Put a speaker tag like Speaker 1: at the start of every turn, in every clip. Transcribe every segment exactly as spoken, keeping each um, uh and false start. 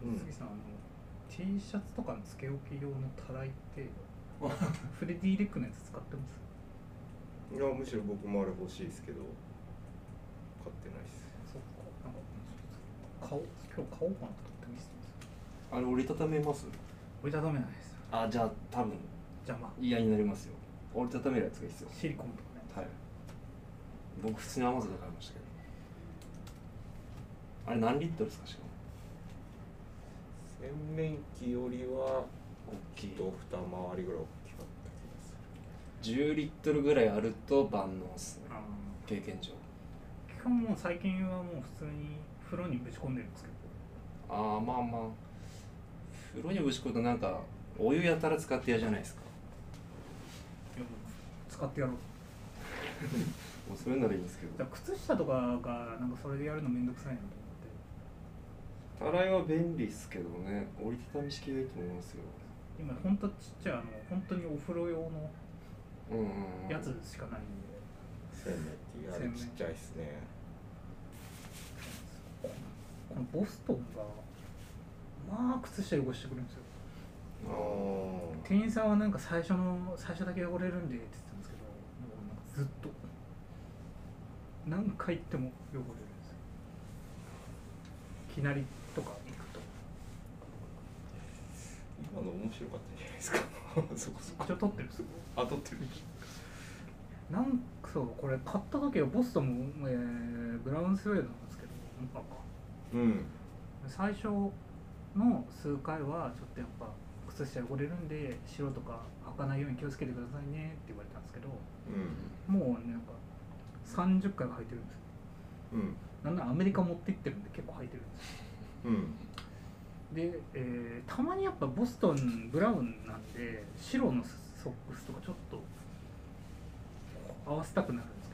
Speaker 1: 杉さん、あの T シャツとかのつけ置き用のたらいってフレディ・レックのやつ使ってます？
Speaker 2: いや、むしろ僕もあれ欲しいですけど買ってないです。
Speaker 1: そっか、なんか買おう、今日買おうかなと思って見せてます。
Speaker 3: あれ折りたためます？
Speaker 1: 折りたためないです。
Speaker 3: あ、じゃあ多分
Speaker 1: 邪魔。
Speaker 3: 嫌になりますよ。折りたためるやつがいいですよ。
Speaker 1: シリコンとかね。
Speaker 3: はい。僕普通にアマゾンで買いましたけど。あれ何リットルですか？しかも
Speaker 2: 洗面器よりは
Speaker 3: 大きい。
Speaker 2: 一回りぐらい大きかった気がする。
Speaker 3: じゅうリットルぐらいあると万能っすね。
Speaker 1: あ
Speaker 3: 経験上。
Speaker 1: 基本もう最近はもう普通に風呂にぶち込んでるんですけど。
Speaker 3: ああ、まあまあ風呂にぶち込むとなんかお湯やたら使って嫌じゃないですか。
Speaker 1: いやもう使ってやろう。
Speaker 3: もうそれならいいんですけど。
Speaker 1: じゃあ靴下とかがなんかそれでやるのめんどくさいなと思って。
Speaker 3: たらいは便利っすけどね。折りたたみ式がいいと思いますよ。
Speaker 1: 今ほんとちっちゃいあの本当にお風呂用の
Speaker 3: うんうんうん。
Speaker 1: やつしかないんで。
Speaker 2: 洗面器あれちっちゃいっすね。
Speaker 1: このボストンがまあ靴下汚してくるんですよ。
Speaker 2: ああ。
Speaker 1: 店員さんはなんか最初の最初だけ汚れるんでって言ってたんですけど、もうなんかずっと何回行っても汚れるんですよ。いきなりとか行くと。
Speaker 2: 今の面白かったじゃないですか。そこそこ。
Speaker 1: 一応撮ってるんですよ。
Speaker 2: あ、撮ってる。
Speaker 1: なんかそうこれ買った時はボストンも、えー、ブラウンスウェードなんですけど、なんか
Speaker 2: うん。
Speaker 1: 最初の数回はちょっとやっぱ靴下汚れるんで白とか履かないように気をつけてくださいねって言われたんですけど、
Speaker 2: うん。
Speaker 1: もうねなんかさんじゅっかいは履いてるんですよ。
Speaker 2: うん。
Speaker 1: なんならアメリカ持って行ってるんで結構履いてるんですよ。
Speaker 2: うん。
Speaker 1: で、えー、たまにやっぱボストンブラウンなんで白のソックスとかちょっと合わせたくなるんですけ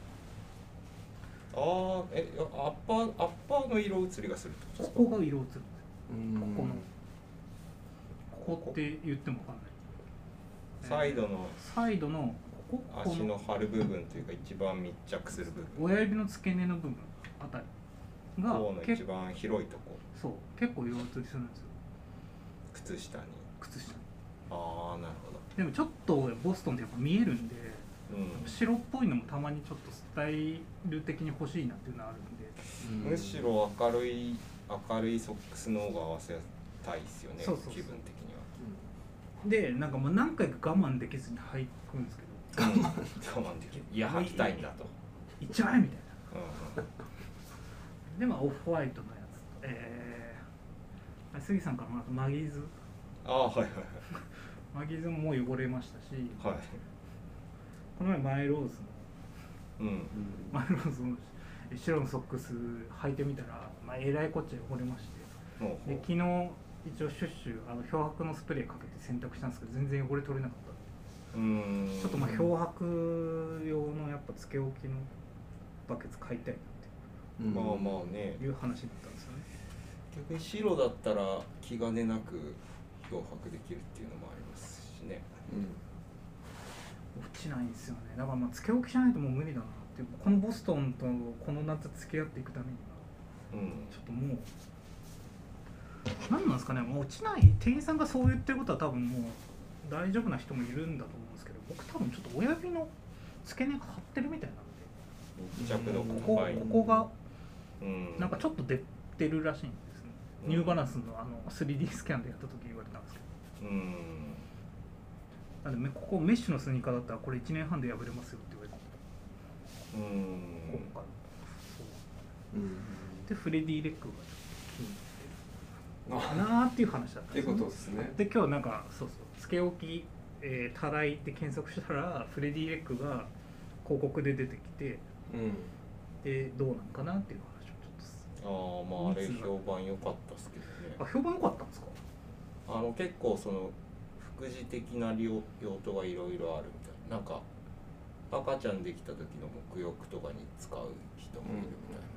Speaker 1: ど、
Speaker 2: ああ、え、アッパーアッパーの色移りがするってことですか？
Speaker 1: ここが色移るんですよ。
Speaker 3: うん
Speaker 1: ここのここって言っても分かんない。
Speaker 2: サイドの
Speaker 1: サイドのこここ
Speaker 2: 足の張る部分というか一番密着する部分。
Speaker 1: 親指の付け根の部分あたりが
Speaker 2: こうの一番広いとこ。
Speaker 1: そう結構色移りするんですよ。
Speaker 2: 靴下に。
Speaker 1: 靴下に。
Speaker 2: ああ、なるほど。
Speaker 1: でもちょっとボストンってやっぱ見えるんで、
Speaker 2: うん、
Speaker 1: 白っぽいのもたまにちょっとスタイル的に欲しいなっていうのはあるんで、
Speaker 3: うん、
Speaker 2: むしろ明るい明るいソックスの方が合わせたいですよね。
Speaker 1: そうそうそう、
Speaker 2: 気分的には。
Speaker 1: でなんかもう何回か我慢できずに履くんですけど、
Speaker 2: 我慢我慢できる。いや履きたいんだと。
Speaker 1: いっちゃえみたいな。
Speaker 2: うん、
Speaker 1: でまあオフホワイトのやつ、えー、杉さんからもらったマギーズ。
Speaker 2: ああ、はいはい
Speaker 1: マギーズももう汚れましたし、
Speaker 2: はい。はい。
Speaker 1: この前マイローズの
Speaker 2: うん。
Speaker 1: マイローズの白のソックス履いてみたら、まあ、えらいこっちゃ汚れまして、
Speaker 2: ほうほう。
Speaker 1: で昨日一応シュッシュあの漂白のスプレーかけて洗濯したんですけど全然汚れ取れなかったんで、
Speaker 2: うーん。
Speaker 1: ちょっとまあ漂白用のやっぱつけ置きのバケツ買いたいな
Speaker 3: うん、
Speaker 2: まあまあね。
Speaker 1: っていう話だったんですよね。
Speaker 2: 逆に白だったら気兼ねなく漂白できるっていうのもありますしね。
Speaker 3: うん、
Speaker 1: 落ちないんですよね。だからまあつけ置きしないともう無理だなっていう、このボストンとこの夏付き合っていくためには
Speaker 2: うん。
Speaker 1: ちょっともう何なんですかね、もう落ちない。店員さんがそう言ってることは多分もう大丈夫な人もいるんだと思うんですけど、僕多分ちょっと親指の付け根が張ってるみたいなんで、
Speaker 2: 密着度
Speaker 1: ここ
Speaker 2: 高い。
Speaker 1: ここが
Speaker 2: うん。
Speaker 1: なんかちょっと出てるらしいんですね。
Speaker 2: うん、
Speaker 1: ニューバランスのあの スリーディー スキャンでやった時言われたんですけど、
Speaker 2: うん。
Speaker 1: なんでここメッシュのスニーカーだったらこれいちねんはんで破れますよって言われて、
Speaker 2: うん。
Speaker 1: ここからそう
Speaker 3: うん、
Speaker 1: でフレディ・レックが気に入ってるかなーっていう話だったんですよね。
Speaker 3: ってことですね。
Speaker 1: で今日なんかそうそうつけ置き、えー、たらいで検索したらフレディ・レックが広告で出てきて、
Speaker 3: うん、
Speaker 1: でどうなんかなっていう話をちょっと。
Speaker 2: ああ、まああれ評判良かったですけどね。
Speaker 1: あ、評判良かったんですか？
Speaker 2: あの結構その副次的な用用途がいろいろあるみたいな。なんか赤ちゃんできた時の沐浴とかに使う人もいるみたいな。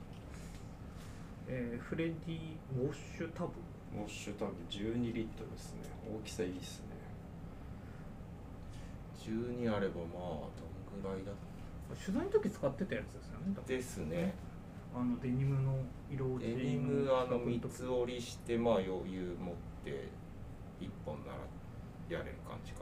Speaker 1: えー、フレディ・ウォッシュタブ。
Speaker 3: ウォッシュタブじゅうにリットルですね。大きさいいですね。
Speaker 2: じゅうにあればまあどんぐらいだ
Speaker 1: 取材の時使ってたやつですよね。
Speaker 2: ですね。
Speaker 1: あのデニムの色落ち
Speaker 2: デニムあの三つ折りしてまあ余裕持って一本ならやれる感じか。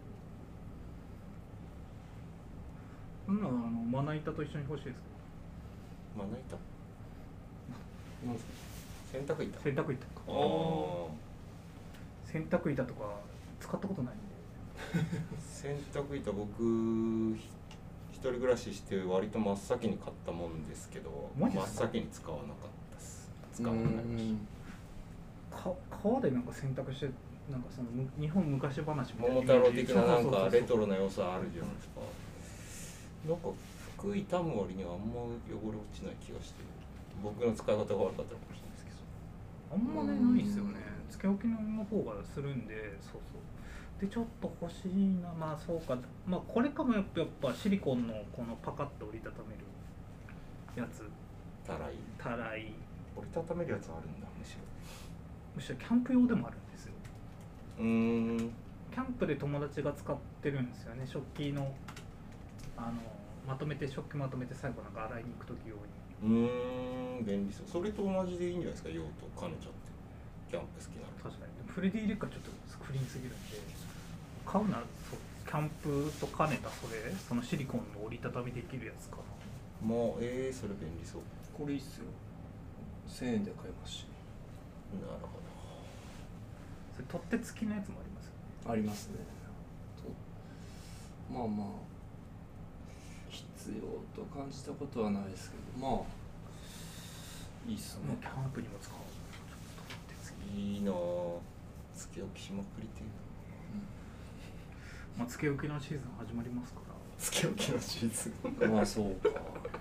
Speaker 1: そんなのあのまな板と一緒に欲しいですか？
Speaker 2: まな板
Speaker 3: なんですか。
Speaker 2: 洗濯板
Speaker 1: 洗濯板
Speaker 2: ああ
Speaker 1: 洗濯板とか使ったことないんで。
Speaker 2: 洗濯板僕一人暮らしして割と真っ先に買ったもんですけど
Speaker 1: マジですか？
Speaker 2: 真っ先に使わなかったです使わなくなりました
Speaker 1: か川でなんか洗濯してなんかそのむ日本昔話みたいな
Speaker 2: 桃太郎的ななん
Speaker 1: そうそうそうそう
Speaker 2: かレトロな良さあるじゃないですか。なんか服傷む割にはあんま汚れ落ちない気がして僕の使い方が悪かったのかもしれないですけど。
Speaker 1: あんまねないですよね。つけ置きの方がするんで、そうそう。でちょっと欲しいな、まあそうか、まあこれかもやっぱやっぱシリコンのこのパカッと折りたためるやつ、
Speaker 2: たらい
Speaker 1: たらい、
Speaker 2: 折りたためるやつあるんだむしろ。
Speaker 1: むしろキャンプ用でもあるんですよ。
Speaker 2: うーん
Speaker 1: キャンプで友達が使ってるんですよね。食器のあのまとめて食器まとめて最後なんか洗いに行く時用に。
Speaker 2: うーん便利そう。それと同じでいいんじゃないですか用途兼ねちゃってキャンプ好きなら。
Speaker 1: 確かに。でもフレディ・レッカーちょっとクリーンすぎるんで、買うならそうキャンプと兼ねたそれ、そのシリコンの折りたたみできるやつかな。
Speaker 2: もうえー、それ便利そう。
Speaker 3: これいいっすよ。せんえんで買えますし。
Speaker 2: なるほ
Speaker 1: それ取っ手付きのやつもありますよね。
Speaker 3: ありますね。とまあまあ必要と感じたことはないですけど、まあいいっすね
Speaker 1: もう。キャンプにも使う。ちょっと取っ手付き。
Speaker 2: ど。いいなぁ。つけ置きしまくりてえ
Speaker 1: まあつけ置きのシーズン始まりますから。
Speaker 2: つけ置きのシーズン
Speaker 3: まあそうか。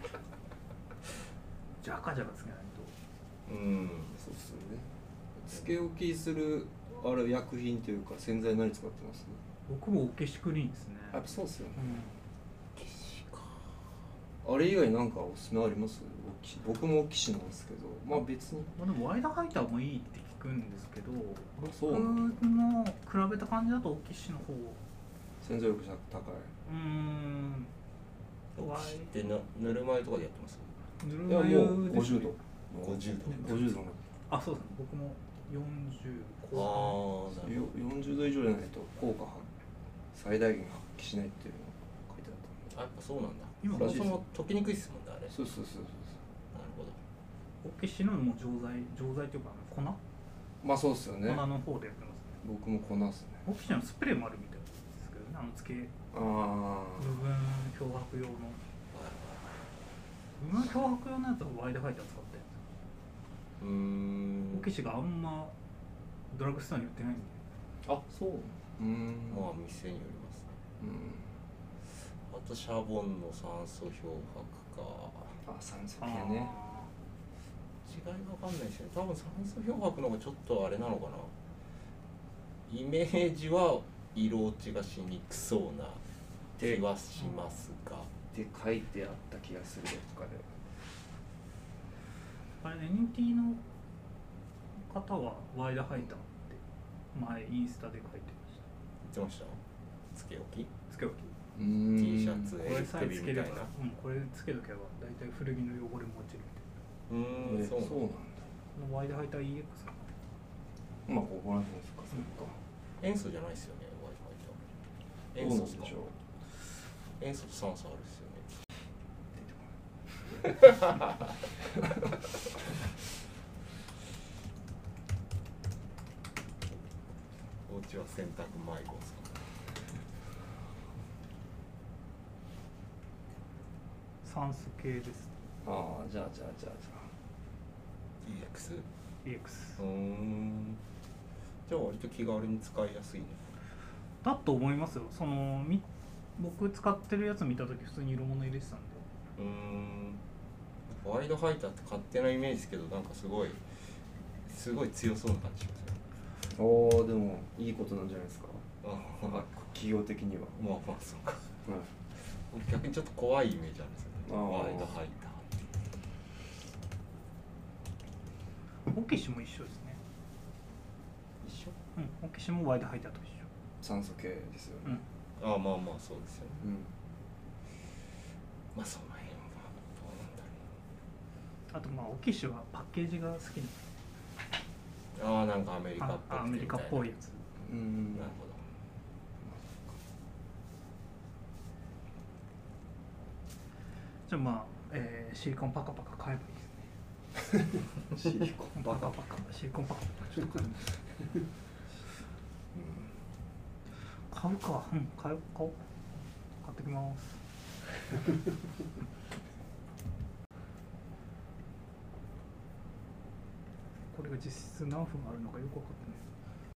Speaker 1: ジャカジャカつけないと。
Speaker 2: うん
Speaker 3: そうっすよね。つけ置きするあれ薬品というか洗剤何使ってます？
Speaker 1: 僕もオキシクリーンですね。
Speaker 3: やっぱそうっすよね。
Speaker 1: うん。
Speaker 2: 消しか。
Speaker 3: あれ以外なんかおすすめあります？オキ僕もオキシなんですけど、まあ別に。
Speaker 1: まあでもワイドハイターもいいって聞くんですけど、
Speaker 3: そう
Speaker 1: 僕
Speaker 3: なんだ。
Speaker 1: の比べた感じだとオキシの方、
Speaker 3: 洗浄力高い。
Speaker 1: うーん。
Speaker 2: オキシってなぬるま湯とかでやってます？
Speaker 1: ぬる
Speaker 3: いや
Speaker 1: ま湯
Speaker 3: もうごじゅうど。
Speaker 2: ごじゅうど。
Speaker 3: ごじゅうどの。
Speaker 1: あ、そうですね。僕もよんじゅう
Speaker 2: あ
Speaker 1: 後
Speaker 2: あなる
Speaker 3: よよんじゅうど以上じゃないと効果発最大限発揮しないっていうのが書いてあったんで。
Speaker 2: あやっぱそうなんだ。
Speaker 1: 今
Speaker 2: そもそも溶けにくいっすもんねあれ。
Speaker 3: そうそうそうそう。
Speaker 2: なるほど。
Speaker 1: 半オキシのもう錠剤、錠剤というかあの粉、
Speaker 3: まあそうっすよね。
Speaker 1: 粉の方でやってますね。
Speaker 3: 僕もこなすね。
Speaker 1: オキシのスプレーもあるみたいですけどね。あのつけ部
Speaker 3: あ
Speaker 1: 分漂白用の部分漂白用のやつはワイドハイター使ってるんですよ。
Speaker 2: うーん
Speaker 1: オキシがあんまドラッグストアに売ってないんで。
Speaker 3: あ。あ、そう。うーん。
Speaker 2: まあ店によりますね。
Speaker 3: うん。
Speaker 2: あとシャボンの酸素漂白か。
Speaker 3: あ、酸素系ね。
Speaker 2: 違いがわかんないですよね。多分酸素漂白の方がちょっとあれなのかな。イメージは色落ちがしにくそうな気はしますが。
Speaker 3: って書いてあった気がするどっかで。
Speaker 1: あれ エヌティー の方はワイドハイターって前インスタで書いてました。
Speaker 2: 言ってました？つけ置き？
Speaker 1: つけ置き。
Speaker 3: うーん。
Speaker 2: T シャツ
Speaker 1: これさえつければ、
Speaker 2: 首みたいな
Speaker 1: うん、これつけとけば大体古着の汚れも落ちるみたいな。
Speaker 2: うーん
Speaker 3: え
Speaker 2: そうなんだ。
Speaker 1: このワイドハイター イーエックス かな。
Speaker 3: まあここら辺ですか。そっか。
Speaker 2: 塩素じゃないですよね。ワイドハイター。塩素
Speaker 3: どうなんでしょう。
Speaker 2: 塩素と酸素あるっすよね。お家は洗濯迷子さん。
Speaker 1: 酸素系です。
Speaker 3: ああ、じゃあじゃあじゃあじゃ
Speaker 2: イーエックス？
Speaker 1: イーエックス。
Speaker 2: うーん。じゃあ割と気軽に使いやすいね。
Speaker 1: だと思いますよ。そのみ僕使ってるやつ見たとき普通に色物入れてたんで。
Speaker 2: うーん。ワイドハイターって勝手なイメージですけど、なんかすごいすごい強そうな感じしますね。
Speaker 3: あ。おお、でもいいことなんじゃないですか。
Speaker 2: あ
Speaker 3: なんか企業的には。
Speaker 2: まあまあそうか。
Speaker 3: はい。
Speaker 2: 逆にちょっと怖いイメージあるんですよね。
Speaker 3: あー
Speaker 2: ワイドハイターって。
Speaker 1: オキシも一緒ですね。
Speaker 2: 一緒？
Speaker 1: うん、オキシもワイドハイターと一緒。
Speaker 3: 酸素系ですよね。
Speaker 1: うん。
Speaker 2: ああまあまあそうですよね。
Speaker 3: うん。
Speaker 2: まあその辺はどうなんだろ
Speaker 1: あとまあオキッシュはパッケージが好きな
Speaker 2: ああなんかアメリカっぽくて
Speaker 1: あアメリカっぽいやつ。
Speaker 3: うん
Speaker 2: なるほど。
Speaker 1: じゃあまあ、えーシリコンパカパカ買えばいいですね。
Speaker 3: シリコン
Speaker 1: パカパカシリコンパカパカちょっと買います買うか、うん、買う買おう買ってきますこれが実質何分あるのかよく分かってない。